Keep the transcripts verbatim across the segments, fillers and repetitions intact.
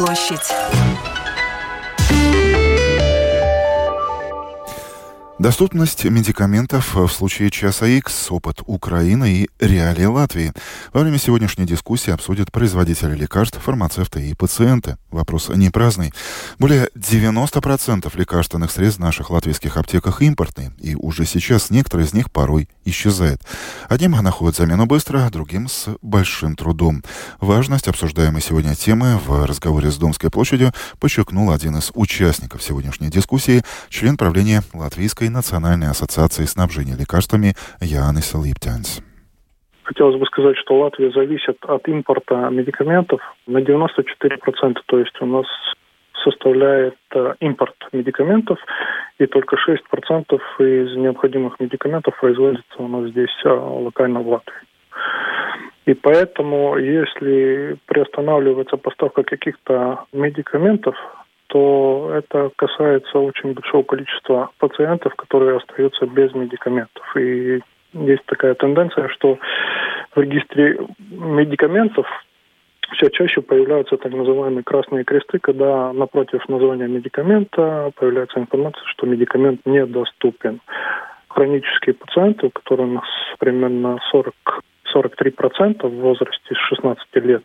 площадь. Доступность медикаментов в случае часа Икс, опыт Украины и реалии Латвии. Во время сегодняшней дискуссии обсудят производители лекарств, фармацевты и пациенты. Вопрос не праздный. Более девяносто процентов лекарственных средств в наших латвийских аптеках импортные, и уже сейчас некоторые из них порой исчезают. Одним находят замену быстро, другим с большим трудом. Важность обсуждаемой сегодня темы в разговоре с Домской площадью подчеркнул один из участников сегодняшней дискуссии, член правления Латвийской Национальной ассоциации снабжения лекарствами Янис Липтянс. Хотелось бы сказать, что Латвия зависит от импорта медикаментов на девяносто четыре процента, то есть у нас составляет импорт медикаментов, и только шесть процентов из необходимых медикаментов производится у нас здесь локально в Латвии. И поэтому, если приостанавливается поставка каких-то медикаментов, то это касается очень большого количества пациентов, которые остаются без медикаментов. И есть такая тенденция, что в регистре медикаментов все чаще появляются так называемые красные кресты, когда напротив названия медикамента появляется информация, что медикамент недоступен. Хронические пациенты, у которых у нас примерно сорок сорок три процента в возрасте с шестнадцати лет,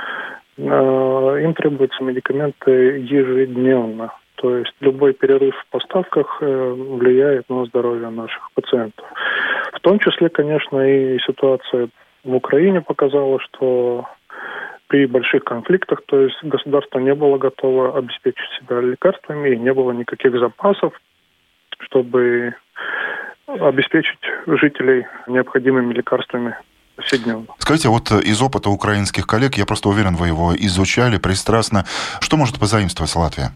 им требуются медикаменты ежедневно. То есть любой перерыв в поставках влияет на здоровье наших пациентов. В том числе, конечно, и ситуация в Украине показала, что при больших конфликтах, то есть государство не было готово обеспечить себя лекарствами, и не было никаких запасов, чтобы обеспечить жителей необходимыми лекарствами повседневно. Скажите, вот из опыта украинских коллег, я просто уверен, вы его изучали пристрастно, что может позаимствовать Латвия?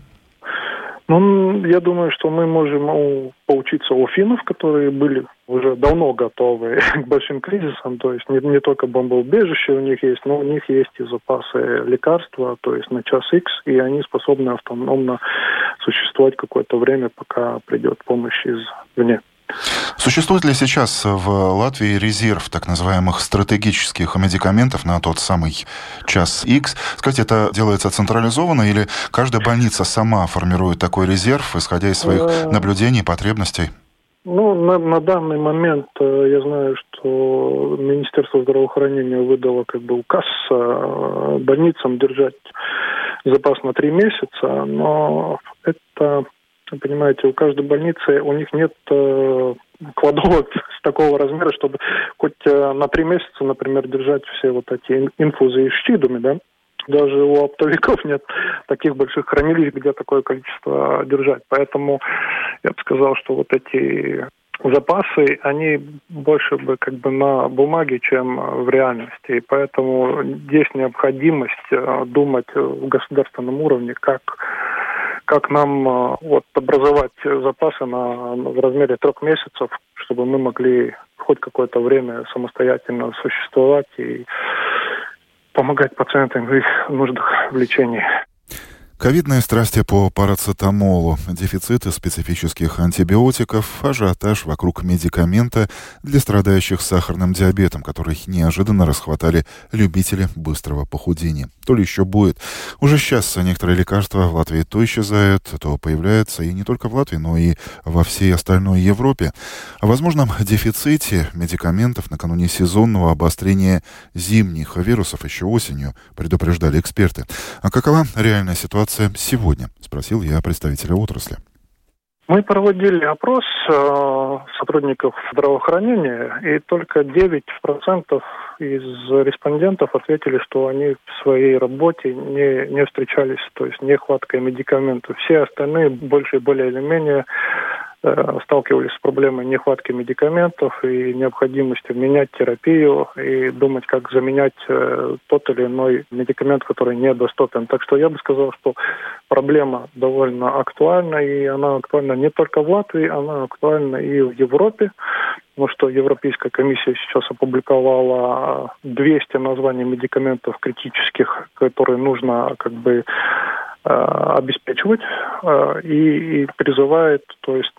Ну, я думаю, что мы можем поучиться у финнов, которые были уже давно готовы к большим кризисам, то есть не, не только бомбоубежище у них есть, но у них есть и запасы лекарства, то есть на час Икс, и они способны автономно существовать какое-то время, пока придет помощь извне. Существует ли сейчас в Латвии резерв так называемых стратегических медикаментов на тот самый час Икс? Скажите, это делается централизованно или каждая больница сама формирует такой резерв, исходя из своих наблюдений и потребностей? Ну, на, на данный момент я знаю, что Министерство здравоохранения выдало как бы указ больницам держать запас на три месяца, но это... Вы понимаете, у каждой больницы у них нет э, кладовок с такого размера, чтобы хоть э, на три месяца, например, держать все вот эти инфузы и щидами, да. Даже у оптовиков нет таких больших хранилищ, где такое количество держать. Поэтому я бы сказал, что вот эти запасы, они больше бы как бы на бумаге, чем в реальности. И поэтому есть необходимость э, думать в государственном уровне, как как нам вот, образовать запасы на, в размере трех месяцев, чтобы мы могли хоть какое-то время самостоятельно существовать и помогать пациентам в их нуждах в лечении. Ковидные страсти по парацетамолу, дефициты специфических антибиотиков, ажиотаж вокруг медикамента для страдающих сахарным диабетом, который неожиданно расхватали любители быстрого похудения. То ли еще будет. Уже сейчас некоторые лекарства в Латвии то исчезают, то появляются, и не только в Латвии, но и во всей остальной Европе. О возможном дефиците медикаментов накануне сезонного обострения зимних вирусов еще осенью предупреждали эксперты. А какова реальная ситуация сегодня? Спросил я представителя отрасли. Мы проводили опрос э, сотрудников здравоохранения, и только девять процентов из респондентов ответили, что они в своей работе не, не встречались, то есть нехваткой медикаментов. Все остальные больше более или менее сталкивались с проблемой нехватки медикаментов и необходимостью менять терапию и думать, как заменять тот или иной медикамент, который недоступен. Так что я бы сказал, что проблема довольно актуальна, и она актуальна не только в Латвии, она актуальна и в Европе, потому что Европейская комиссия сейчас опубликовала двести названий медикаментов критических, которые нужно как бы обеспечивать, и, и призывает, то есть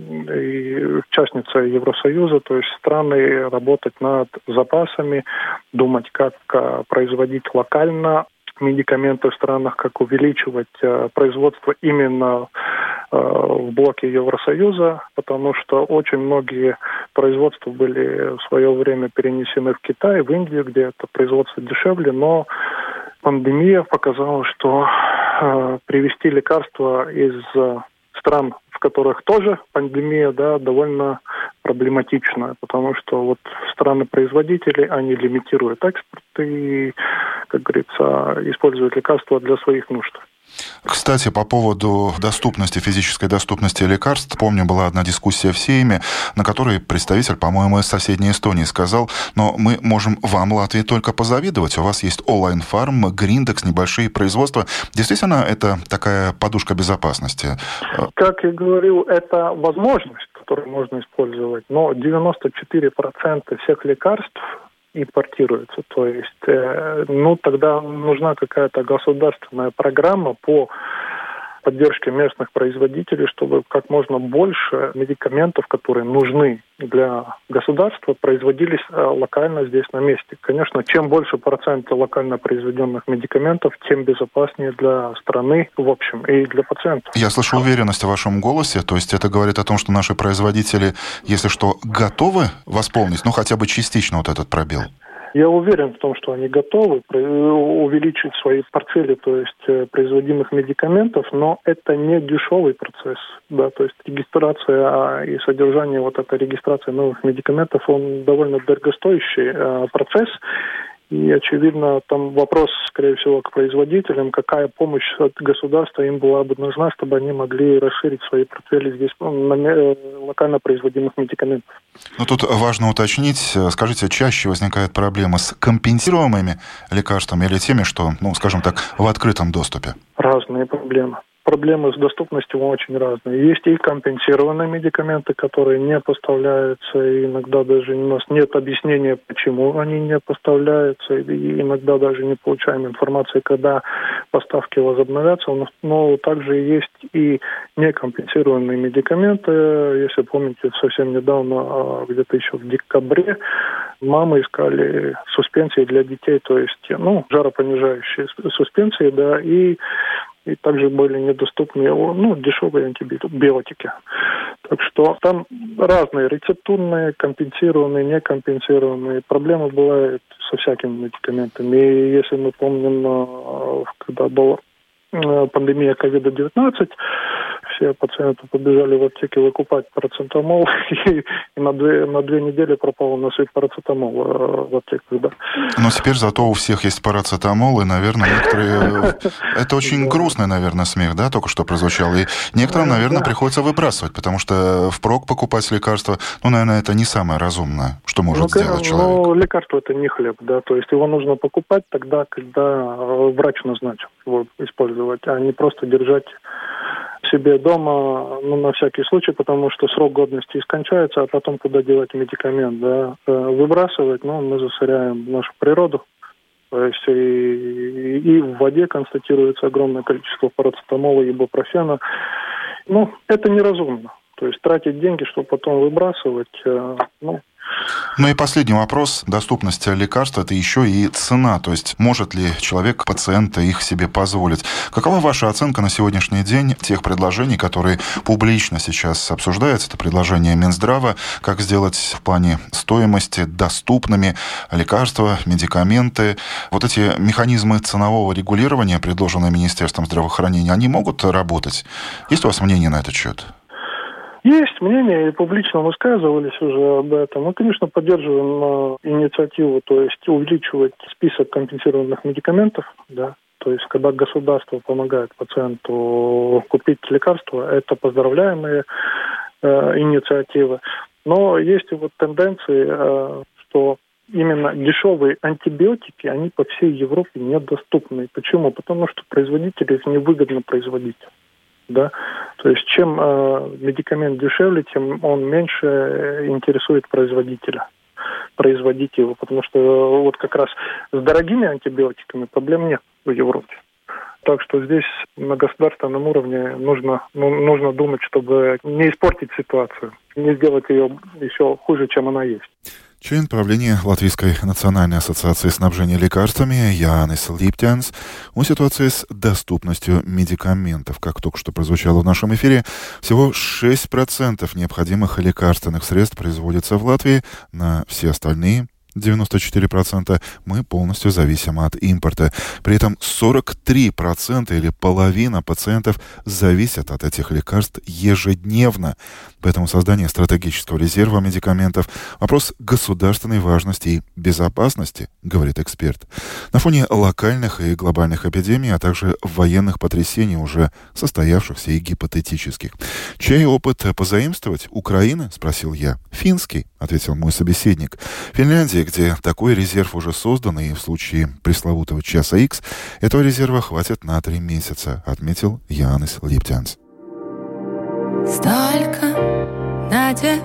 и участница Евросоюза, то есть страны работать над запасами, думать, как производить локально медикаменты в странах, как увеличивать э, производство именно э, в блоке Евросоюза, потому что очень многие производства были в свое время перенесены в Китай, в Индию, где это производство дешевле, но пандемия показала, что э, привезти лекарства из э, стран, в которых тоже пандемия, да, довольно проблематичная, потому что вот страны-производители, они лимитируют экспорт и, как говорится, используют лекарства для своих нужд. Кстати, по поводу доступности, физической доступности лекарств, помню, была одна дискуссия в Сейме, на которой представитель, по-моему, из соседней Эстонии сказал, но мы можем вам, Латвии, только позавидовать. У вас есть онлайн-фарм, Гриндекс, небольшие производства. Действительно, это такая подушка безопасности? Как я говорил, это возможность, которую можно использовать, но девяносто четыре процента всех лекарств импортируется. То есть, э, ну, тогда нужна какая-то государственная программа по поддержке местных производителей, чтобы как можно больше медикаментов, которые нужны для государства, производились э, локально здесь на месте. Конечно, чем больше процента локально произведенных медикаментов, тем безопаснее для страны в общем и для пациентов. Я слышу уверенность в вашем голосе, то есть это говорит о том, что наши производители, если что, готовы восполнить, ну, хотя бы частично вот этот пробел? Я уверен в том, что они готовы увеличить свои портфели, то есть производимых медикаментов, но это не дешевый процесс, да, то есть регистрация и содержание вот этой регистрации новых медикаментов, он довольно дорогостоящий э, процесс. И, очевидно, там вопрос, скорее всего, к производителям, какая помощь от государства им была бы нужна, чтобы они могли расширить свои портфели здесь на локально производимых медикаментов. Ну, тут важно уточнить, скажите, чаще возникают проблемы с компенсируемыми лекарствами или теми, что, ну, скажем так, в открытом доступе? Разные проблемы. Проблемы с доступностью очень разные. Есть и компенсированные медикаменты, которые не поставляются, и иногда даже у нас нет объяснения, почему они не поставляются, и иногда даже не получаем информации, когда поставки возобновятся. Но также есть и некомпенсированные медикаменты. Если помните, совсем недавно, где-то еще в декабре, мамы искали суспенсии для детей, то есть, ну, жаропонижающие суспенсии, да, и И также были недоступны, ну, дешевые антибиотики. Так что там разные рецептурные, компенсированные, некомпенсированные. Проблемы бывают со всякими медикаментами. И если мы помним, когда была пандемия ковид девятнадцать, все пациенты побежали в аптеки выкупать парацетамол, и, и на, две, на две недели пропал у нас и парацетамол в аптеках, да. Но теперь зато у всех есть парацетамол, и, наверное, некоторые... Это очень грустный, наверное, смех, да, только что прозвучал. И некоторым, наверное, приходится выбрасывать, потому что впрок покупать лекарства, ну, наверное, это не самое разумное, что может сделать человек. Ну, лекарство это не хлеб, да, то есть его нужно покупать тогда, когда врач назначил его использовать, а не просто держать себе дома, ну, на всякий случай, потому что срок годности скончается, а потом куда девать медикамент, да, выбрасывать, ну, мы засоряем нашу природу, то есть и, и в воде констатируется огромное количество парацетамола и ибупрофена, ну, это неразумно, то есть тратить деньги, чтобы потом выбрасывать, ну. Ну и последний вопрос. Доступность лекарств – это еще и цена. То есть может ли человек, пациент, их себе позволить? Какова ваша оценка на сегодняшний день тех предложений, которые публично сейчас обсуждаются? Это предложение Минздрава, как сделать в плане стоимости доступными лекарства, медикаменты. Вот эти механизмы ценового регулирования, предложенные Министерством здравоохранения, они могут работать? Есть у вас мнение на этот счет? Есть мнение, и публично высказывались уже об этом. Мы, конечно, поддерживаем инициативу, то есть увеличивать список компенсированных медикаментов, да, то есть когда государство помогает пациенту купить лекарства, это поздравляемые э, инициативы. Но есть вот тенденции, э, что именно дешевые антибиотики, они по всей Европе недоступны. Почему? Потому что производителю их невыгодно производить. Да, то есть чем э, медикамент дешевле, тем он меньше интересует производителя, производить его, потому что э, вот как раз с дорогими антибиотиками проблем нет в Европе. Так что здесь на государственном уровне нужно, ну, нужно думать, чтобы не испортить ситуацию, не сделать ее еще хуже, чем она есть. Член правления Латвийской национальной ассоциации снабжения лекарствами Jānis Liptens о ситуации с доступностью медикаментов. Как только что прозвучало в нашем эфире, всего шесть процентов необходимых лекарственных средств производится в Латвии, на все остальные девяносто четыре процента мы полностью зависим от импорта. При этом сорок три процента или половина пациентов зависят от этих лекарств ежедневно. Поэтому создание стратегического резерва медикаментов – вопрос государственной важности и безопасности, говорит эксперт. На фоне локальных и глобальных эпидемий, а также военных потрясений, уже состоявшихся и гипотетических. Чей опыт позаимствовать? Украины? Спросил я. Финский, ответил мой собеседник. В Финляндии, где такой резерв уже создан, и в случае пресловутого часа Икс этого резерва хватит на три месяца, отметил Jānis Liptens. Столько надежд,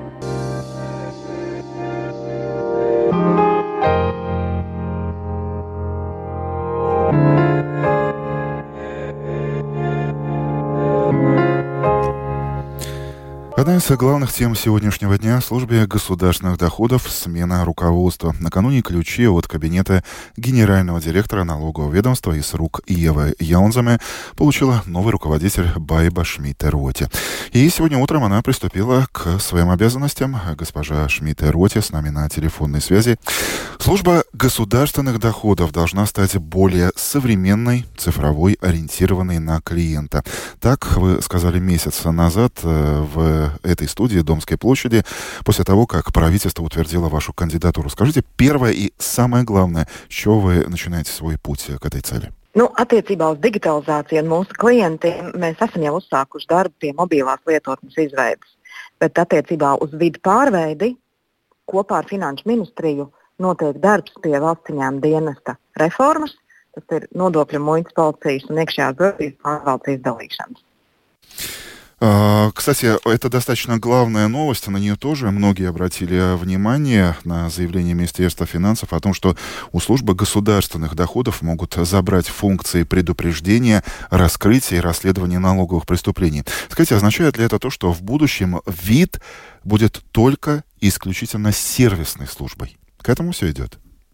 Одна из главных тем сегодняшнего дня в службе государственных доходов – смена руководства. Накануне ключи от кабинета генерального директора налогового ведомства из рук Евы Яунзаме получила новый руководитель Байба Шмидте-Роте. И сегодня утром она приступила к своим обязанностям. Госпожа Шмидте-Роте с нами на телефонной связи. Служба государственных доходов должна стать более современной, цифровой, ориентированной на клиента. Так вы сказали месяц назад в этой студии Домской площади, после того, как правительство утвердило вашу кандидатуру. Скажите, первое и самое главное, с чего вы начинаете свой путь к этой цели? Nu, attiecībā uz digitalizāciju un mūsu klientiem mēs esam jau uzsākuši darbu pie mobilās lietotnes izveides. Bet attiecībā uz vidu pārveidi kopā ar Finanšu ministriju notiek darbs pie valsts ieņēmuma dienesta reformas. Tas ir nodokļu muitas policijas un iekšējās drošības pārvaldes izdalīšanas. Кстати, это достаточно главная новость, на нее тоже многие обратили внимание, на заявление Министерства финансов о том, что у службы государственных доходов могут забрать функции предупреждения, раскрытия и расследования налоговых преступлений. Скажите, означает ли это то, что в будущем вид будет только и исключительно сервисной службой? К этому все идет?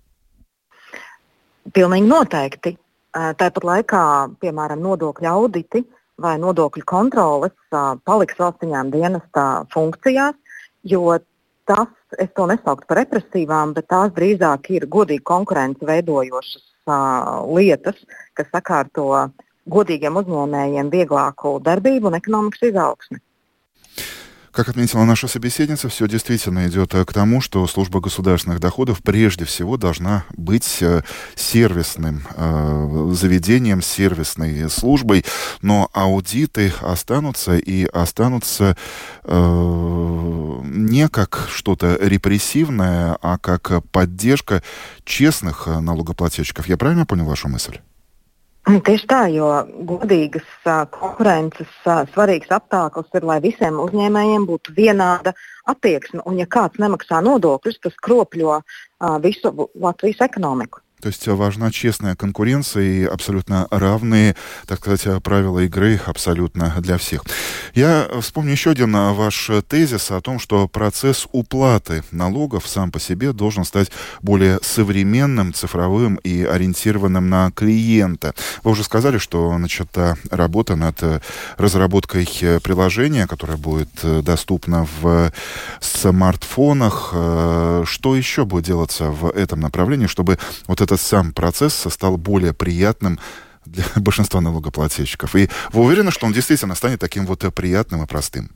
Pilnīgi noteikti. Tāpat laikā, piemēram, nodokļu auditi vai nodokļu kontroles uh, paliks valsts ieņēmuma dienesta funkcijās, jo tas, es to nesauktu par represīvām, bet tās drīzāk ir godīgi konkurenci veidojošas uh, lietas, kas sakārto godīgiem uzņēmējiem vieglāku darbību un ekonomikas izaugsmi. Как отметила наша собеседница, все действительно идет к тому, что служба государственных доходов прежде всего должна быть сервисным э, заведением, сервисной службой, но аудиты останутся и останутся э, не как что-то репрессивное, а как поддержка честных налогоплательщиков. Я правильно понял вашу мысль? Tieši tā, jo godīgas uh, konkurences uh, svarīgs apstākļus ir, lai visiem uzņēmējiem būtu vienāda attieksme. Un ja kāds nemaksā nodokļus, tas kropļo uh, visu Latvijas ekonomiku. То есть важна честная конкуренция и абсолютно равные, так сказать, правила игры абсолютно для всех. Я вспомню еще один ваш тезис о том, что процесс уплаты налогов сам по себе должен стать более современным, цифровым и ориентированным на клиента. Вы уже сказали, что начата работа над разработкой приложения, которое будет доступно в смартфонах. Что еще будет делаться в этом направлении, чтобы вот этот сам процесс стал более приятным для большинства налогоплательщиков? И вы уверены, что он действительно станет таким вот приятным и простым?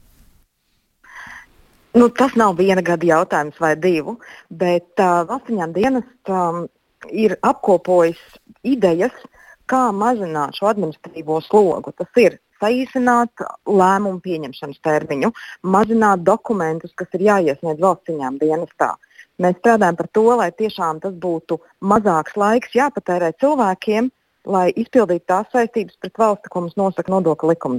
Nu, tas nav viena gada jautājums vai divu, bet uh, valsts ieņēmuma dienests um, ir apkopojis idejas, kā mazināt šo administratīvo slogu. Tas ir saīsināt lēmumu pieņemšanas termiņu, mazināt dokumentus, kas ir jāiesniedz valsts ieņēmuma dienestā. Mēs strādājam par to, lai tiešām tas būtu mazāks laiks jāpatērē cilvēkiem, lai izpildītu tās saistības pret valsti, ko mums nosaka nodokļu likumdošana.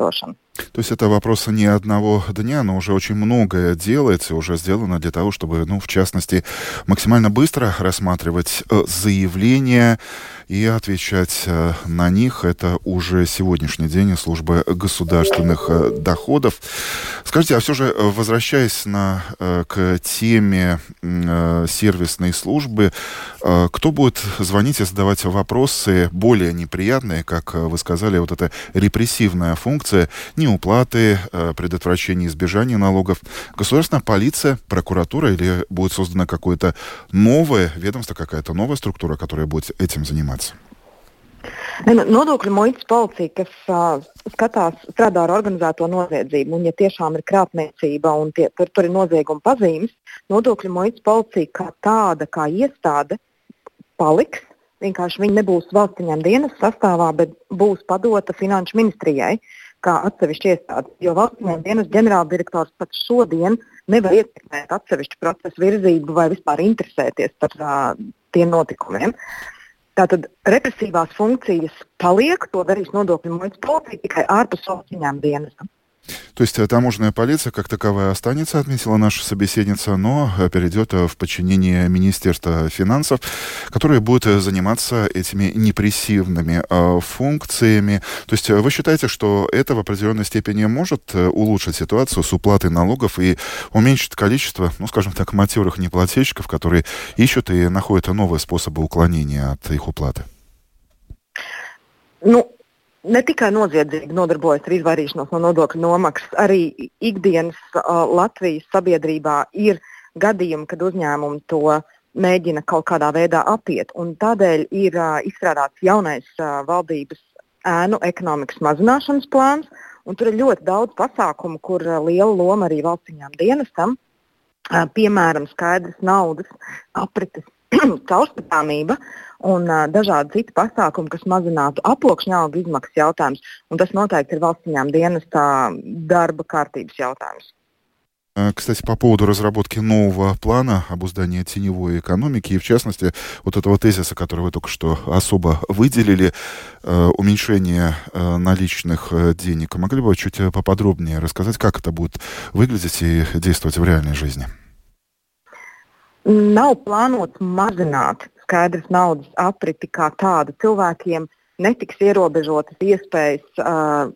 То есть это вопрос не одного дня, но уже очень многое делается, уже сделано для того, чтобы, ну, в частности, максимально быстро рассматривать э, заявления и отвечать э, на них. Это уже сегодняшний день службы государственных э, доходов. Скажите, а все же, возвращаясь на, э, к теме э, сервисной службы, э, кто будет звонить и задавать вопросы более неприятные, как вы сказали, вот эта репрессивная функция, неуплаты, э, предотвращение избежания налогов, государственная полиция, прокуратура, или будет создано какое-то новое ведомство, какая-то новая структура, которая будет этим заниматься? Nodokļu muitas policija, kas uh, skatās, strādā ar organizēto noziedzību, un ja tiešām ir krāpniecība un tie, tur, tur ir nozieguma pazīmes, nodokļu muitas policija kā tāda, kā iestāde paliks. Vienkārši viņi nebūs valsts ieņēmuma dienas sastāvā, bet būs padota Finanšu ministrijai kā atsevišķa iestāde. Jo valsts ieņēmuma dienas ģenerāldirektors pat šodien nevar ietekmēt atsevišķu procesu virzību vai vispār interesēties par uh, tiem notikumiem. Tātad represīvās funkcijas paliek, to darīs nodokļu muitas policija tikai ārpus valsts ieņēmuma dienesta. То есть таможенная полиция как таковая останется, отметила наша собеседница, но перейдет в подчинение Министерства финансов, которое будет заниматься этими непрессивными э, функциями. То есть вы считаете, что это в определенной степени может улучшить ситуацию с уплатой налогов и уменьшить количество, ну, скажем так, матерых неплательщиков, которые ищут и находят новые способы уклонения от их уплаты? Ну, Ne tikai noziedzīgi nodarbojas ar izvairīšanos no nodokļu nomaksas, arī ikdienas uh, Latvijas sabiedrībā ir gadījumi, kad uzņēmumi to mēģina kaut kādā veidā apiet. Un tādēļ ir uh, izstrādāts jaunais uh, valdības ēnu ekonomikas mazināšanas plāns, un tur ir ļoti daudz pasākumu, kur uh, liela loma arī valsts ieņēmuma dienestam, uh, piemēram, skaidras naudas aprites caurskatāmība un uh, dažādi citi pasākumi, kas mazinātu aploksņa algu izmaksas jautājumus. Un tas noteikti ir valsts ieņēmuma dienesta darba kārtības jautājums. Кстати, по поводу разработки нового плана обуздания теневой экономики, и в частности, вот этого тезиса, который вы только что особо выделили, э, уменьшение э, наличных э, денег. Могли бы чуть поподробнее рассказать, как это будет выглядеть и действовать в реальной жизни? Nav plānots mazināt skaidras naudas apriti kā tādu. Cilvēkiem netiks ierobežotas iespējas uh,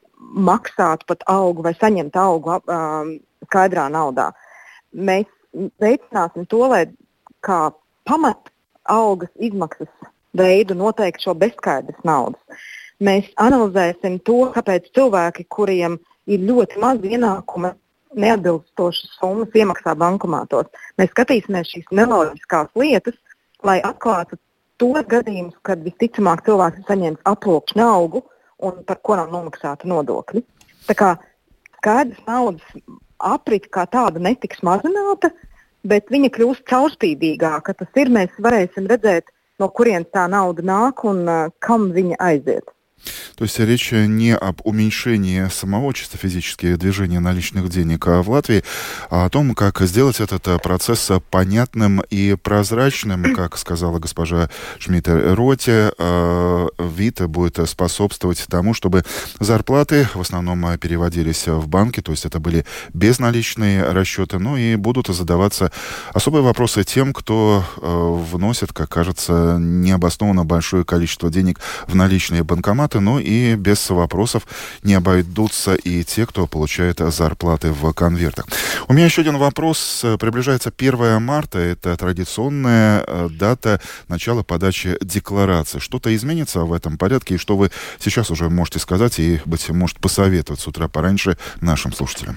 maksāt pat algu vai saņemt algu uh, skaidrā naudā. Mēs veicināsim to, lai kā pamat algas izmaksas veidu noteikti šo bezskaidras naudas. Mēs analizēsim to, kāpēc cilvēki, kuriem ir ļoti maz ienākuma, neatbilstošas summas iemaksā bankomātos. Mēs skatīsimies šīs neloģiskās lietas, lai atklātu tos gadījumus, kad visticamāk cilvēks ir saņēmis aploksņa algu un par ko nav nomaksāta nodokļi. Tā kā skaidrs naudas aprite kā tāda netiks mazināta, bet viņa kļūst caurspīdīgāka. Tas ir, mēs varēsim redzēt, no kurienes tā nauda nāk un uh, kam viņa aiziet. То есть речь не об уменьшении самого чисто физического движения наличных денег в Латвии, а о том, как сделать этот процесс понятным и прозрачным, как сказала госпожа Шмидт-Роте. ВИТ будет способствовать тому, чтобы зарплаты в основном переводились в банки, то есть это были безналичные расчеты, ну и будут задаваться особые вопросы тем, кто вносит, как кажется, необоснованно большое количество денег в наличные банкоматы, но и без вопросов не обойдутся и те, кто получает зарплаты в конвертах. У меня еще один вопрос. Приближается первое марта. Это традиционная дата начала подачи декларации. Что-то изменится в этом порядке? И что вы сейчас уже можете сказать и, быть может, посоветовать с утра пораньше нашим слушателям?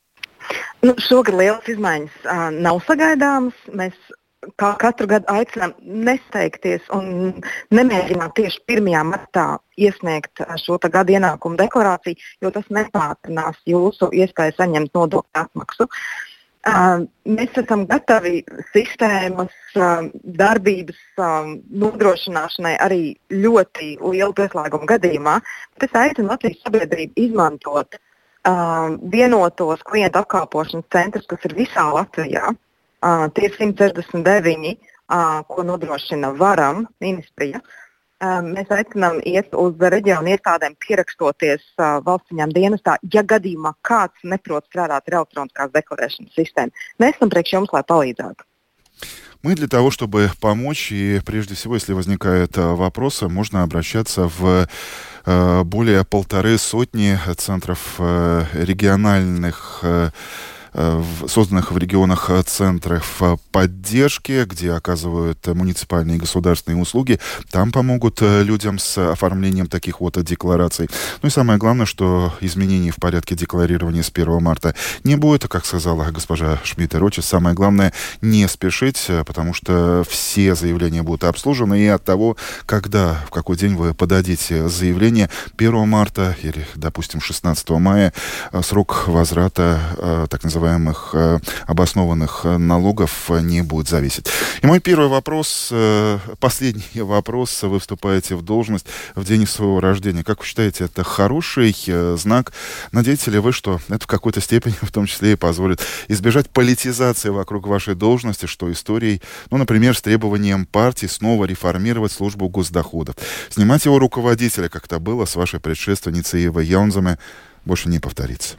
Nu, šogad lielas izmaiņas uh, nav sagaidāmas. Mēs kā katru gadu aicinām nesteigties un nemēģināt tieši pirmajā martā iesniegt šo gada ienākumu deklarāciju, jo tas nepātrinās jūsu iespēju saņemt nodokļu atmaksu. Uh, mēs esam gatavi sistēmas uh, darbības uh, nodrošināšanai arī ļoti lielu pieslēgumu gadījumā. Es aicinu Latvijas sabiedrību izmantot uh, vienotos klientu apkalpošanas centrus, kas ir visā Latvijā. Uh, tie ir simt sešdesmit deviņi, uh, ko nodrošina Varam ministrija. mēs aicinām iet uz reģionu iestādēm, pierakstoties uh, valsts ieņēmuma dienestā, ja gadījumā kāds neprot strādāt ar elektroniskās deklarēšanas sistēmu. Mēs esam priekš jums, lai palīdzētu. Мы для того, чтобы помочь, и прежде всего, если возникают вопросы, можно обращаться в э, более полторы сотни центров э, региональных э, созданных в регионах центров поддержки, где оказывают муниципальные и государственные услуги. Там помогут людям с оформлением таких вот деклараций. Ну и самое главное, что изменений в порядке декларирования с первого марта не будет. Как сказала госпожа Шмидт-Роте, самое главное не спешить, потому что все заявления будут обслужены. И от того, когда, в какой день вы подадите заявление, первого марта или, допустим, шестнадцатого мая, срок возврата так называемых обоснованных налогов не будет зависеть. И мой первый вопрос, последний вопрос. Вы вступаете в должность в день своего рождения. Как вы считаете, это хороший знак? Надеетесь ли вы, что это в какой-то степени, в том числе, и позволит избежать политизации вокруг вашей должности, что историей, ну, например, с требованием партии снова реформировать службу госдоходов, снимать его руководителя, как это было с вашей предшественницей Ивой Jaunzeme, больше не повторится?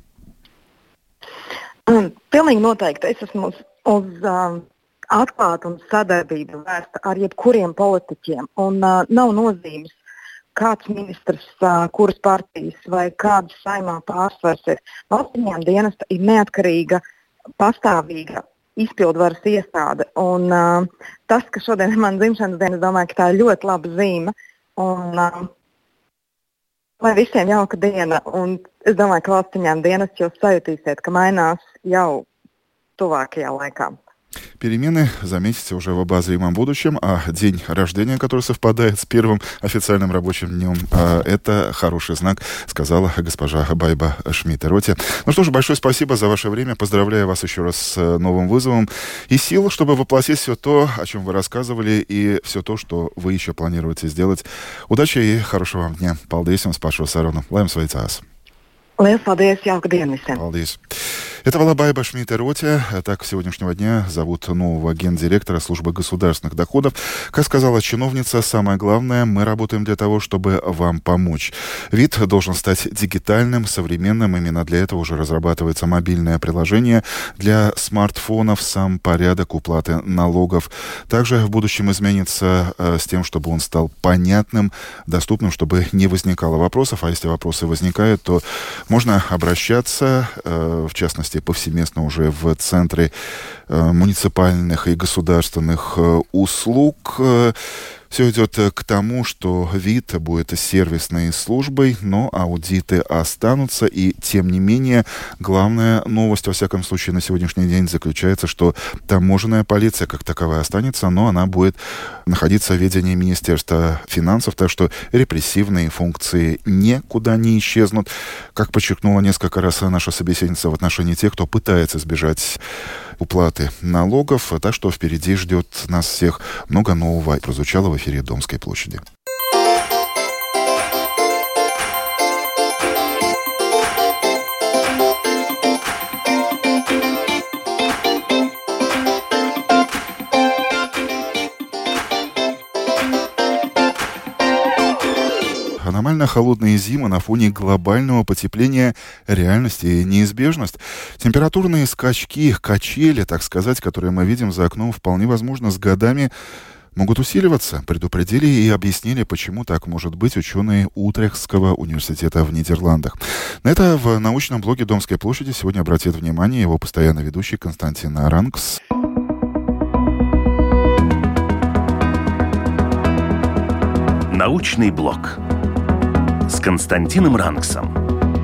Un, pilnīgi noteikti. Es esmu uz, uz uh, atklātu un sadarbību vērsta ar jebkuriem politiķiem. Un uh, nav nozīmes, kāds ministrs, uh, kuras partijas vai kāda saimā pārsvars ir. Valsts ieņēmuma dienesta ir neatkarīga, pastāvīga izpildvaras iestāde. Un uh, tas, ka šodien ir mana dzimšanas diena, es domāju, ka tā ir ļoti laba zīme. Un, uh, lai visiem jauka diena, un es domāju, ka valsts ieņēmuma dienests jūs sajutīsiet, ka mainās jau tuvākajā laikā. Перемены заметите уже в обозримом будущем, а день рождения, который совпадает с первым официальным рабочим днем, это хороший знак, сказала госпожа Байба Шмидт-Роте. Ну что ж, большое спасибо за ваше время. Поздравляю вас еще раз с новым вызовом и сил, чтобы воплотить все то, о чем вы рассказывали, и все то, что вы еще планируете сделать. Удачи и хорошего вам дня. Paldies jums par šo sarunu. Lai jums veicās. Liels paldies, jauka diena visiem. Paldies. Это была Байба Шмидт-Роте. Так, сегодняшнего дня зовут нового гендиректора службы государственных доходов. Как сказала чиновница, самое главное, мы работаем для того, чтобы вам помочь. Вид должен стать дигитальным, современным. Именно для этого уже разрабатывается мобильное приложение для смартфонов, сам порядок уплаты налогов. Также в будущем изменится э, с тем, чтобы он стал понятным, доступным, чтобы не возникало вопросов. А если вопросы возникают, то можно обращаться, э, в частности, повсеместно уже в центры э, муниципальных и государственных э, услуг. Все идет к тому, что ВИД будет сервисной службой, но аудиты останутся. И, тем не менее, главная новость, во всяком случае, на сегодняшний день заключается, что таможенная полиция как таковая останется, но она будет находиться в ведении Министерства финансов, так что репрессивные функции никуда не исчезнут. Как подчеркнула несколько раз наша собеседница в отношении тех, кто пытается избежать уплаты налогов, так что впереди ждет нас всех много нового. Прозвучало в эфире Домской площади. Аномально холодные зимы на фоне глобального потепления — реальность и неизбежность. Температурные скачки, качели, так сказать, которые мы видим за окном, вполне возможно, с годами могут усиливаться. Предупредили и объяснили, почему так может быть, ученые Утрехтского университета в Нидерландах. На это в научном блоге Домской площади сегодня обратит внимание его постоянный ведущий Константин Рангс. Научный блок с Константином Рангсом.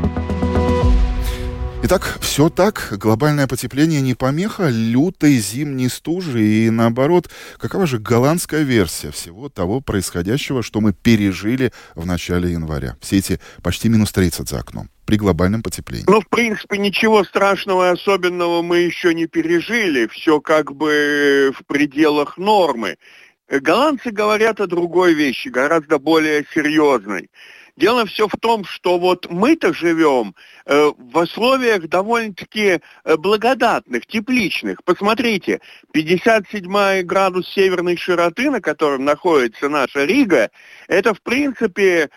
Итак, все так. Глобальное потепление не помеха лютой зимней стужи. И наоборот, какова же голландская версия всего того происходящего, что мы пережили в начале января? Все эти почти минус тридцать за окном при глобальном потеплении. Ну, в принципе, ничего страшного и особенного мы еще не пережили. Все как бы в пределах нормы. Голландцы говорят о другой вещи, гораздо более серьезной. Дело все в том, что вот мы-то живем э, в условиях довольно-таки э, благодатных, тепличных. Посмотрите, пятьдесят седьмой градус северной широты, на котором находится наша Рига, это, в принципе,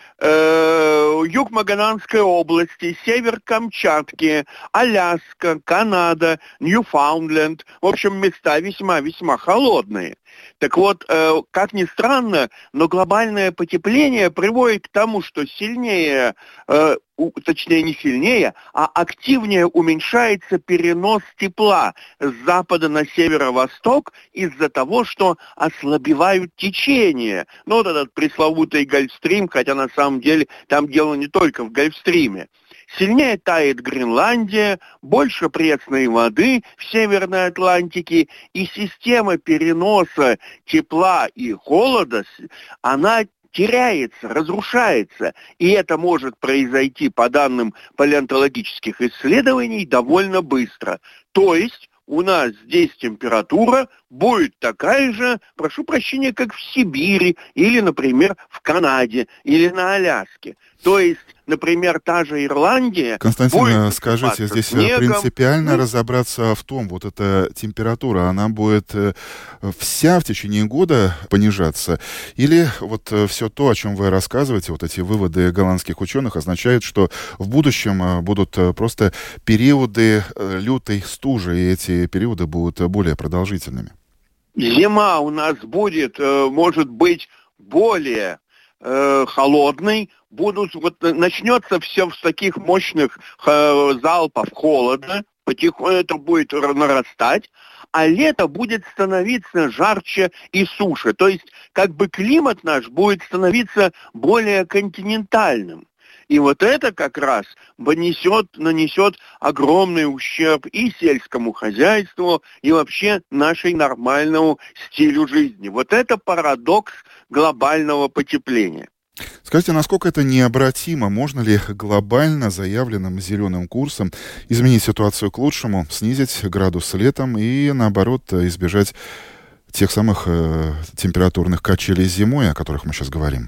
э, юг Магаданской области, север Камчатки, Аляска, Канада, Ньюфаундленд. В общем, места весьма-весьма холодные. Так вот, э, как ни странно, но глобальное потепление приводит к тому, что сильнее, э, у, точнее не сильнее, а активнее уменьшается перенос тепла с запада на северо-восток из-за того, что ослабевают течения. Ну, вот этот пресловутый Гольфстрим, хотя на самом деле там дело не только в Гольфстриме. Сильнее тает Гренландия, больше пресной воды в Северной Атлантике, и система переноса тепла и холода, она теряется, разрушается. И это может произойти, по данным палеонтологических исследований, довольно быстро. То есть у нас здесь температура будет такая же, прошу прощения, как в Сибири или, например, в Канаде или на Аляске. То есть, например, та же Ирландия... Константин, скажите, здесь снегом. принципиально ну, разобраться в том, вот эта температура, она будет вся в течение года понижаться? Или вот все то, о чем вы рассказываете, вот эти выводы голландских ученых, означает, что в будущем будут просто периоды лютой стужи, и эти периоды будут более продолжительными? Зима у нас будет, может быть, более э, холодной. Будут, вот, начнется все с таких мощных э, залпов холода, потихоньку это будет нарастать, а лето будет становиться жарче и суше. То есть как бы климат наш будет становиться более континентальным. И вот это как раз нанесет, нанесет огромный ущерб и сельскому хозяйству, и вообще нашей нормальному стилю жизни. Вот это парадокс глобального потепления. Скажите, насколько это необратимо? Можно ли глобально заявленным зеленым курсом изменить ситуацию к лучшему, снизить градус летом и, наоборот, избежать тех самых э, температурных качелей зимой, о которых мы сейчас говорим?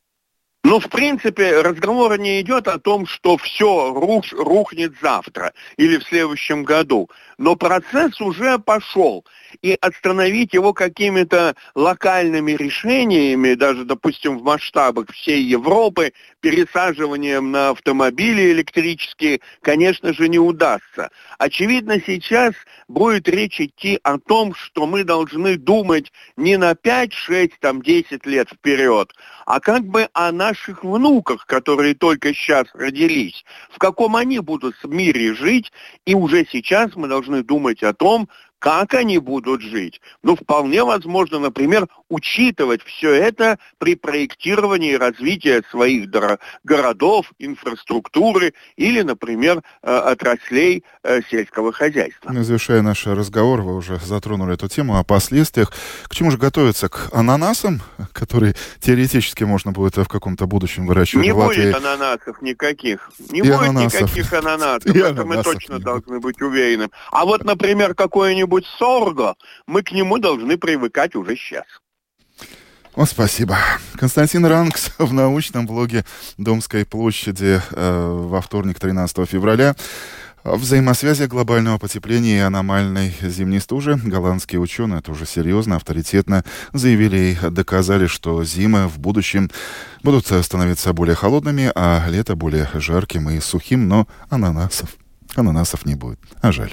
Ну, в принципе, разговор не идет о том, что все рух, рухнет завтра или в следующем году. Но процесс уже пошел. И остановить его какими-то локальными решениями, даже, допустим, в масштабах всей Европы, пересаживанием на автомобили электрические, конечно же, не удастся. Очевидно, сейчас будет речь идти о том, что мы должны думать не на пять, шесть, там, десять лет вперед, а как бы о наших внуках, которые только сейчас родились, в каком они будут в мире жить, и уже сейчас мы должны думать о том, как они будут жить. Ну, вполне возможно, например, учитывать все это при проектировании и развитии своих городов, инфраструктуры или, например, отраслей сельского хозяйства. Завершая наш разговор, вы уже затронули эту тему о последствиях. К чему же готовиться? К ананасам, которые теоретически можно будет в каком-то будущем выращивать не в Латвии? Не будет ананасов никаких. Не И будет ананасов. никаких ананасов. И Это мы ананасов точно не должны быть уверены. А вот, например, какое-нибудь сорго, мы к нему должны привыкать уже сейчас. О, спасибо. Константин Рангс в научном блоге Домской площади э, во вторник, тринадцатого февраля. О взаимосвязи глобального потепления и аномальной зимней стужи голландские ученые, это уже серьезно, авторитетно заявили и доказали, что зимы в будущем будут становиться более холодными, а лето более жарким и сухим, но ананасов, ананасов не будет. А жаль.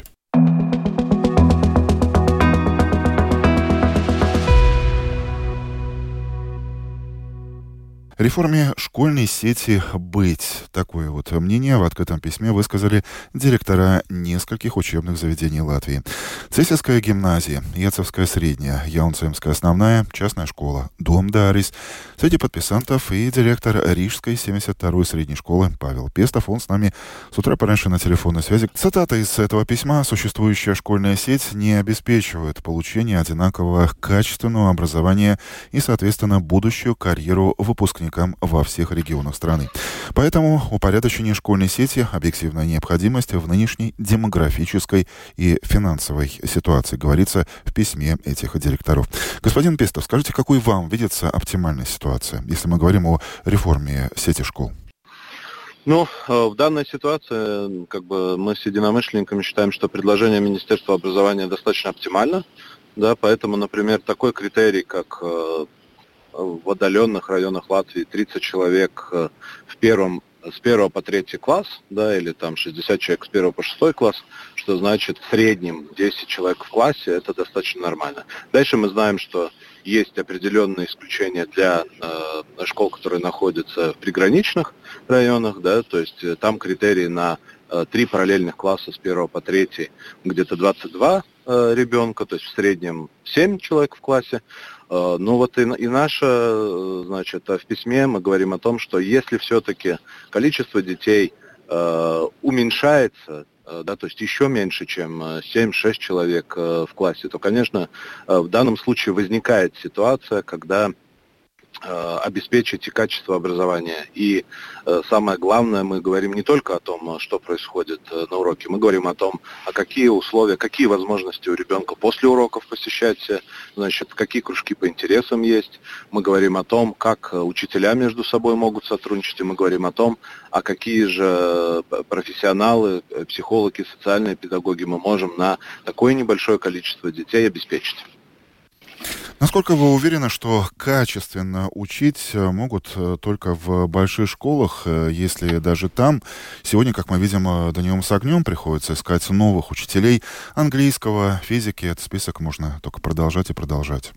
Реформе школьной сети быть. Такое вот мнение в открытом письме высказали директора нескольких учебных заведений Латвии. Цесельская гимназия, Яцевская средняя, Яунцемская основная, частная школа, Дом Дарис. Среди подписантов и директор Рижской семьдесят второй средней школы Павел Пестов. Он с нами с утра пораньше на телефонной связи. Цитата из этого письма. Существующая школьная сеть не обеспечивает получение одинакового качественного образования и, соответственно, будущую карьеру выпускников во всех регионах страны. Поэтому упорядочение школьной сети – объективная необходимость в нынешней демографической и финансовой ситуации, говорится в письме этих директоров. Господин Пестов, скажите, какой вам видится оптимальная ситуация, если мы говорим о реформе сети школ? Ну, в данной ситуации, как бы, мы с единомышленниками считаем, что предложение Министерства образования достаточно оптимально, да, поэтому, например, такой критерий, как в отдаленных районах Латвии тридцать человек в первом, с первого по третий класс, да, или там шестьдесят человек с первого по шестой класс, что значит в среднем десять человек в классе, это достаточно нормально. Дальше мы знаем, что есть определенные исключения для э, школ, которые находятся в приграничных районах, да, то есть э, там критерии на э, три параллельных класса с первого по третий, где-то двадцать два э, ребенка, то есть в среднем семь человек в классе. Э, ну вот и, и наше, э, значит, в письме мы говорим о том, что если все-таки количество детей э, уменьшается, да, то есть еще меньше, чем семь-шесть человек в классе, то, конечно, в данном случае возникает ситуация, когда обеспечить и качество образования. И самое главное, мы говорим не только о том, что происходит на уроке, мы говорим о том, а какие условия, какие возможности у ребенка после уроков посещать, значит, какие кружки по интересам есть. Мы говорим о том, как учителя между собой могут сотрудничать, и мы говорим о том, а какие же профессионалы, психологи, социальные педагоги мы можем на такое небольшое количество детей обеспечить. Насколько вы уверены, что качественно учить могут только в больших школах, если даже там сегодня, как мы видим, днем с огнем приходится искать новых учителей английского, физики? Этот список можно только продолжать и продолжать.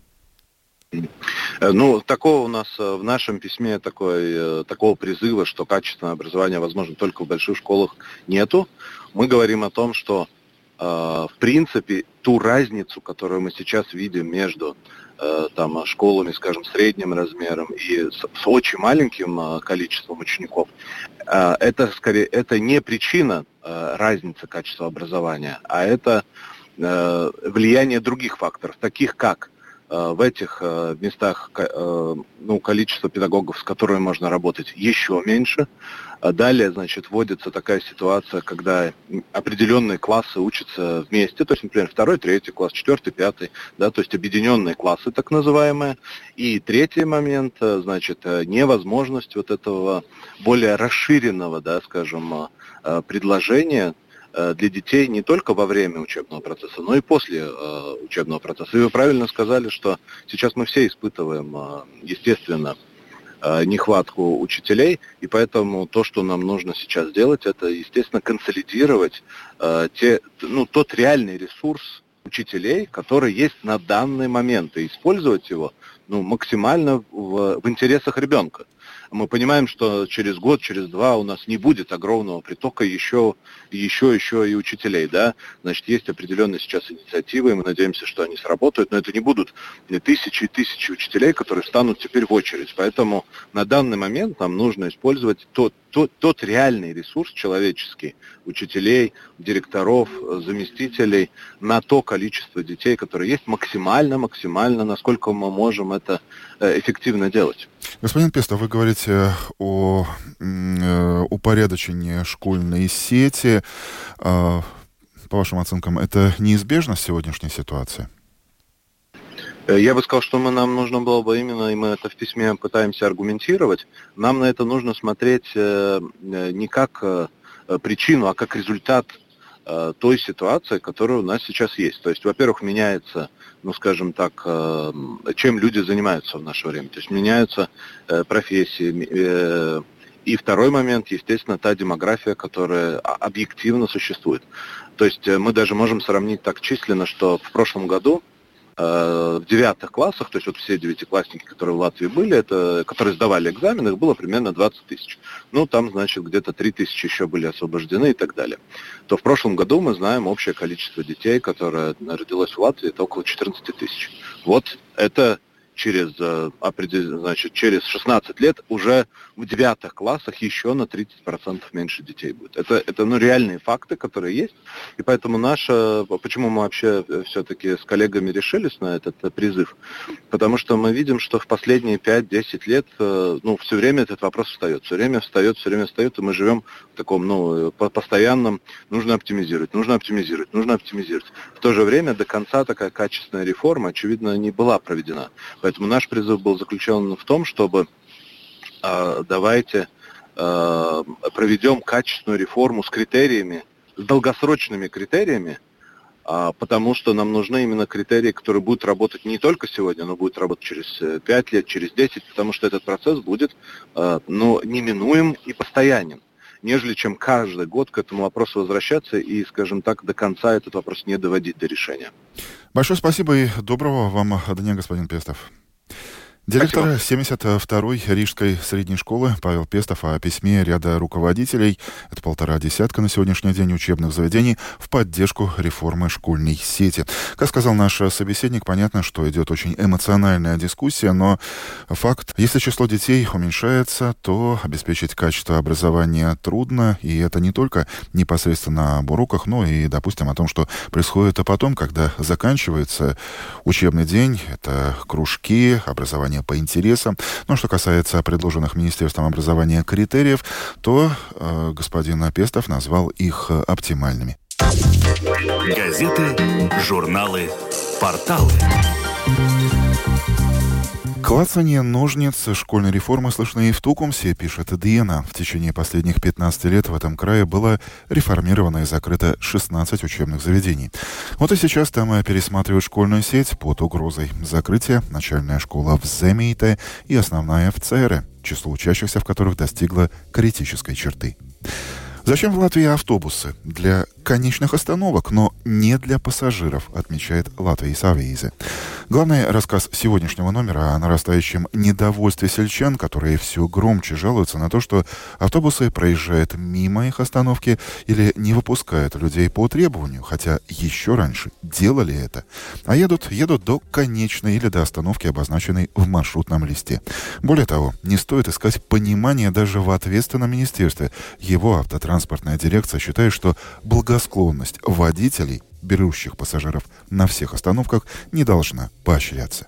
Ну, такого у нас в нашем письме, такой, такого призыва, что качественное образование возможно только в больших школах, нету. Мы говорим о том, что в принципе ту разницу, которую мы сейчас видим между там, школами, скажем, средним размером и с, с очень маленьким количеством учеников, это скорее это не причина разницы качества образования, а это влияние других факторов, таких как в этих местах ну, количество педагогов, с которыми можно работать, еще меньше. Далее, значит, вводится такая ситуация, когда определенные классы учатся вместе, то есть, например, второй, третий класс, четвертый, пятый, да, то есть объединенные классы, так называемые. И третий момент, значит, невозможность вот этого более расширенного, да, скажем, предложения для детей не только во время учебного процесса, но и после э, учебного процесса. И вы правильно сказали, что сейчас мы все испытываем, э, естественно, э, нехватку учителей, и поэтому то, что нам нужно сейчас сделать, это, естественно, консолидировать э, те, ну, тот реальный ресурс учителей, который есть на данный момент, и использовать его ну, максимально в, в интересах ребенка. Мы понимаем, что через год, через два у нас не будет огромного притока еще, еще, еще и учителей, да. Значит, есть определенные сейчас инициативы, и мы надеемся, что они сработают, но это не будут тысячи и тысячи учителей, которые встанут теперь в очередь. Поэтому на данный момент нам нужно использовать тот, тот, тот реальный ресурс человеческий, учителей, директоров, заместителей, на то количество детей, которые есть, максимально, максимально, насколько мы можем это эффективно делать. Господин Пестов, вы говорите о э, упорядочении школьной сети. Э, по вашим оценкам, это неизбежно в сегодняшней ситуации? Я бы сказал, что мы, нам нужно было бы именно, и мы это в письме пытаемся аргументировать, нам на это нужно смотреть э, не как э, причину, а как результат э, той ситуации, которая у нас сейчас есть. То есть, во-первых, меняется, ну, скажем так, э, чем люди занимаются в наше время. То есть меняются э, профессии. Э, и второй момент, естественно, та демография, которая объективно существует. То есть э, мы даже можем сравнить так численно, что в прошлом году в девятых классах, то есть вот все девятиклассники, которые в Латвии были, это, которые сдавали экзамены, их было примерно двадцать тысяч. Ну, там, значит, где-то три тысячи еще были освобождены и так далее. То в прошлом году мы знаем общее количество детей, которое родилось в Латвии, это около четырнадцать тысяч. Вот это через, значит, через шестнадцать лет уже в девятых классах еще на тридцать процентов меньше детей будет. Это, это ну, реальные факты, которые есть. И поэтому наша... Почему мы вообще все-таки с коллегами решились на этот призыв? Потому что мы видим, что в последние пять-десять лет ну, все время этот вопрос встает. Все время встает, все время встает, и мы живем в таком ну, постоянном... Нужно оптимизировать, нужно оптимизировать, нужно оптимизировать. В то же время до конца такая качественная реформа, очевидно, не была проведена. Поэтому наш призыв был заключен в том, чтобы э, давайте э, проведем качественную реформу с критериями, с долгосрочными критериями, э, потому что нам нужны именно критерии, которые будут работать не только сегодня, но будут работать через пять лет, через десять, потому что этот процесс будет э, ну, неминуем и постоянен, нежели чем каждый год к этому вопросу возвращаться и, скажем так, до конца этот вопрос не доводить до решения. Большое спасибо и доброго вам дня, господин Пестов. Директор Спасибо. семьдесят второй Рижской средней школы Павел Пестов о письме ряда руководителей, это полтора десятка на сегодняшний день учебных заведений, в поддержку реформы школьной сети. Как сказал наш собеседник, понятно, что идет очень эмоциональная дискуссия, но факт, если число детей уменьшается, то обеспечить качество образования трудно, и это не только непосредственно об уроках, но и, допустим, о том, что происходит а потом, когда заканчивается учебный день, это кружки, образование по интересам. Но что касается предложенных Министерством образования критериев, то э, господин Пестов назвал их оптимальными. Газеты, журналы, порталы. Клацанье ножниц школьной реформы слышно и в Тукумсе, пишет Диена. В течение последних пятнадцати лет в этом крае было реформировано и закрыто шестнадцать учебных заведений. Вот и сейчас там пересматривают школьную сеть под угрозой закрытия. Начальная школа в Земейте и основная в Цере, число учащихся в которых достигло критической черты. Зачем в Латвии автобусы? Для конечных остановок, но не для пассажиров, отмечает Латвийс Авīze. Главный рассказ сегодняшнего номера о нарастающем недовольстве сельчан, которые все громче жалуются на то, что автобусы проезжают мимо их остановки или не выпускают людей по требованию, хотя еще раньше делали это, а едут, едут до конечной или до остановки, обозначенной в маршрутном листе. Более того, не стоит искать понимания даже в ответственном министерстве. Его автотранспортная дирекция считает, что благосклонность водителей, берущих пассажиров на всех остановках, не должна поощряться.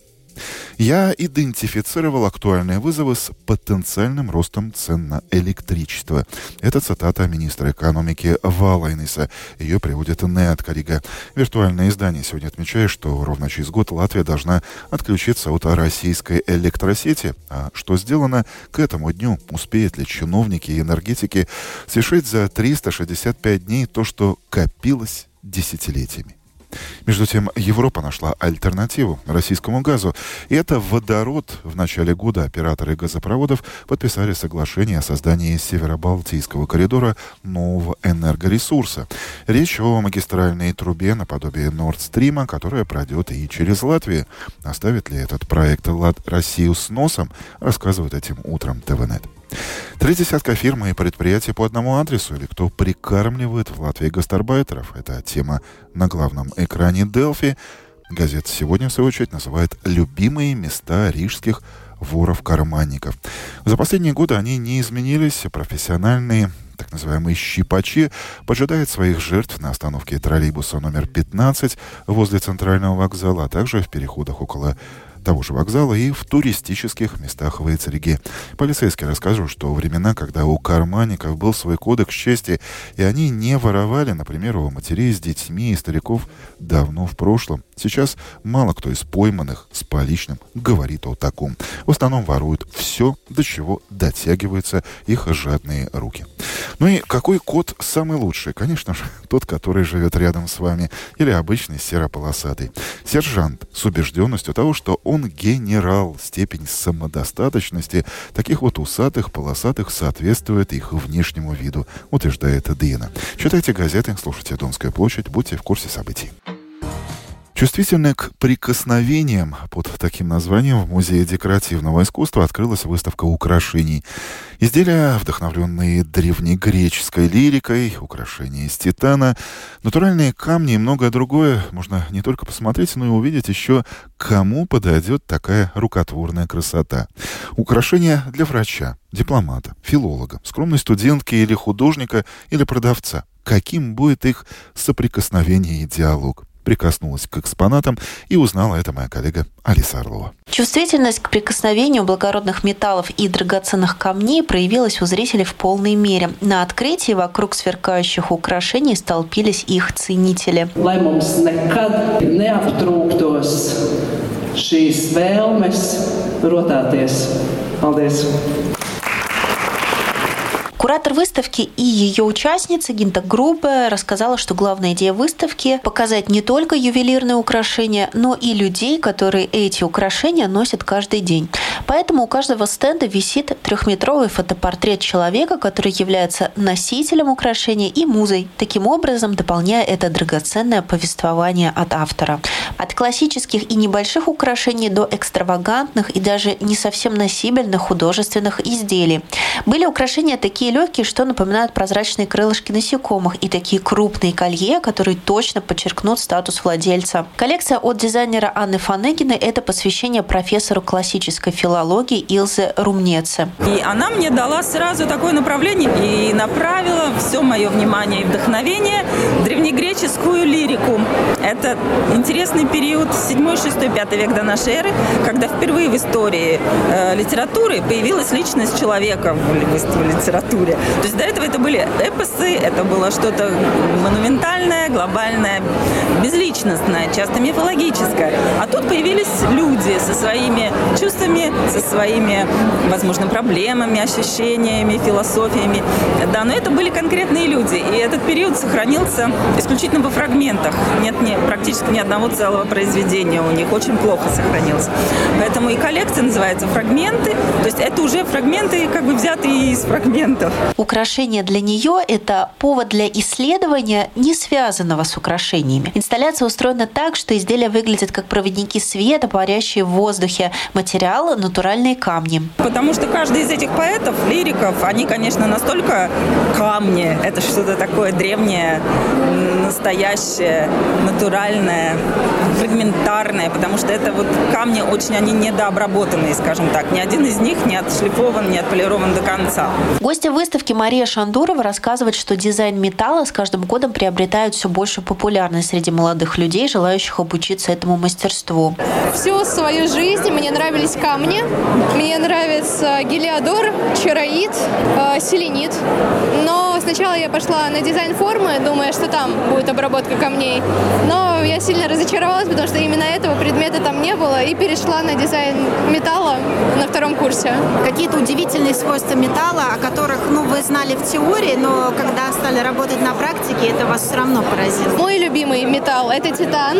Я идентифицировал актуальные вызовы с потенциальным ростом цен на электричество. Это цитата министра экономики Валайниса. Ее приводит Неат Карига. Виртуальное издание сегодня отмечает, что ровно через год Латвия должна отключиться от российской электросети. А что сделано к этому дню? Успеют ли чиновники и энергетики совершить за триста шестьдесят пять дней то, что копилось десятилетиями? Между тем, Европа нашла альтернативу российскому газу. И это водород. В начале года операторы газопроводов подписали соглашение о создании Северо-Балтийского коридора нового энергоресурса. Речь о магистральной трубе наподобие Nord Stream, которая пройдет и через Латвию. Оставит ли этот проект Россию с носом, рассказывают этим утром ТВНет. Три десятка фирм и предприятий по одному адресу, или кто прикармливает в Латвии гастарбайтеров. Это тема на главном экране Делфи. Газета сегодня, в свою очередь, называет «Любимые места рижских воров-карманников». За последние годы они не изменились. Профессиональные, так называемые щипачи, поджидают своих жертв на остановке троллейбуса номер пятнадцать возле центрального вокзала, а также в переходах около того же вокзала и в туристических местах в Эйцериге. Полицейские рассказывают, что времена, когда у карманников был свой кодекс чести, и они не воровали, например, у матерей с детьми и стариков, давно в прошлом. Сейчас мало кто из пойманных с поличным говорит о таком. В основном воруют все, до чего дотягиваются их жадные руки. Ну и какой кот самый лучший? Конечно же, тот, который живет рядом с вами, или обычный серополосатый. Сержант с убежденностью того, что он генерал. Степень самодостаточности таких вот усатых, полосатых соответствует их внешнему виду, утверждает Дина. Читайте газеты, слушайте «Домская площадь», будьте в курсе событий. Чувствительная к прикосновениям, под таким названием в Музее декоративного искусства открылась выставка украшений. Изделия, вдохновленные древнегреческой лирикой, украшения из титана, натуральные камни и многое другое. Можно не только посмотреть, но и увидеть еще, кому подойдет такая рукотворная красота. Украшения для врача, дипломата, филолога, скромной студентки или художника, или продавца. Каким будет их соприкосновение и диалог? Прикоснулась к экспонатам и узнала это моя коллега Алиса Орлова. Чувствительность к прикосновению благородных металлов и драгоценных камней проявилась у зрителей в полной мере. На открытии вокруг сверкающих украшений столпились их ценители. Куратор выставки и ее участница Гинта Грубе рассказала, что главная идея выставки – показать не только ювелирные украшения, но и людей, которые эти украшения носят каждый день. Поэтому у каждого стенда висит трехметровый фотопортрет человека, который является носителем украшения и музой, таким образом дополняя это драгоценное повествование от автора. От классических и небольших украшений до экстравагантных и даже не совсем носибельных художественных изделий. Были украшения такие легкие, что напоминают прозрачные крылышки насекомых, и такие крупные колье, которые точно подчеркнут статус владельца. Коллекция от дизайнера Анны Фанегиной – это посвящение профессору классической филологии Илзе Румнеце. И она мне дала сразу такое направление и направила все мое внимание и вдохновение в древнегреческую лирику. Это интересный период, седьмой, шестой, пятый век до нашей эры, когда впервые в истории э, литературы появилась личность человека в, в литературе. То есть до этого это были эпосы, это было что-то монументальное, глобальное, безличностное, часто мифологическое. А тут появились люди со своими чувствами, со своими, возможно, проблемами, ощущениями, философиями. Да, но это были конкретные люди. И этот период сохранился исключительно во фрагментах. Нет ни, практически ни одного целого произведения у них. Очень плохо сохранился. Поэтому и коллекция называется «Фрагменты». То есть это уже фрагменты, как бы взятые из фрагментов. Украшение для нее – это повод для исследования, не связанного с украшениями. Инсталляция устроена так, что изделия выглядят как проводники света, парящие в воздухе. Материал – натуральные камни. Потому что каждый из этих поэтов, лириков, они, конечно, настолько камни. Это что-то такое древнее, настоящее, натуральное, фрагментарное. Потому что это вот камни очень, они недообработанные, скажем так. Ни один из них не отшлифован, не отполирован до конца. Гостья выставки Мария Шандурова рассказывает, что дизайн металла с каждым годом приобретает все большую популярность среди молодых людей, желающих обучиться этому мастерству. Всю свою жизнь мне нравились камни. Мне нравится гелиодор, чароид, э, селенит. Но сначала я пошла на дизайн формы, думая, что там будет обработка камней. Но я сильно разочаровалась, потому что именно этого предмета там не было, и перешла на дизайн металла на втором курсе. Какие-то удивительные свойства металла, о которых, ну, вы знали в теории, но когда стали работать на практике, это вас все равно поразило. Мой любимый металл – это титан.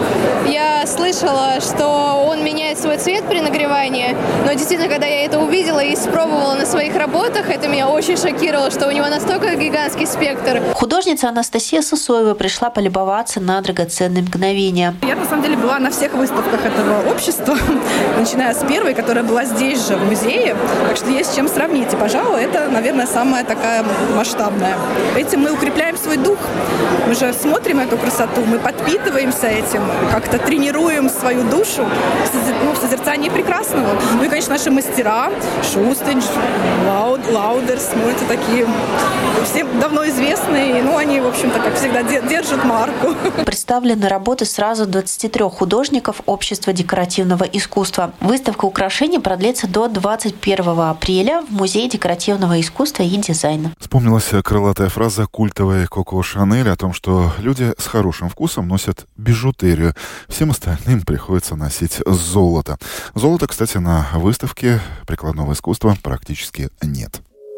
Я слышала, что он меняет свой цвет при нагревании, но действительно, когда я это увидела и испробовала на своих работах, это меня очень шокировало, что у него настолько гигантский спектр. Художница Анастасия Сысоева пришла полюбоваться на драгоценные мгновения. Я, на самом деле, была на всех выставках этого общества, начиная с первой, которая была здесь же, в музее, так что есть с чем сравнить. И, пожалуй, это, наверное, самая такая масштабная. Этим мы укрепляем свой дух, мы же смотрим эту красоту, мы подпитываемся этим, как-то тренируем свою душу в созерцании прекрасного. Ну и, конечно, наши мастера, Шустинч, Лауд, Лаудерс, ну это такие всем давно известные, ну они, в общем-то, как всегда, держат марку. Представлены работы сразу двадцати трёх художников Общества декоративного искусства. Выставка украшений продлится до двадцать первого апреля в Музее декоративного искусства и дизайна. Вспомнилась крылатая фраза культовой Коко Шанель о том, что люди с хорошим вкусом носят бижутерию. Всем остальным приходится носить золото. Золота, кстати, на выставке прикладного искусства практически нет.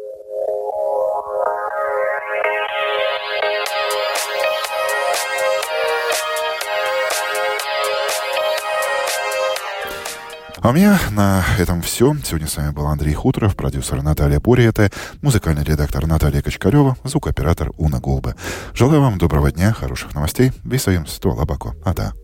А у меня на этом все. Сегодня с вами был Андрей Хуторов, продюсер Наталья Буриета, музыкальный редактор Наталья Качкарева, звукооператор Уна Голбе. Желаю вам доброго дня, хороших новостей. Висаем ствола бако. Ада.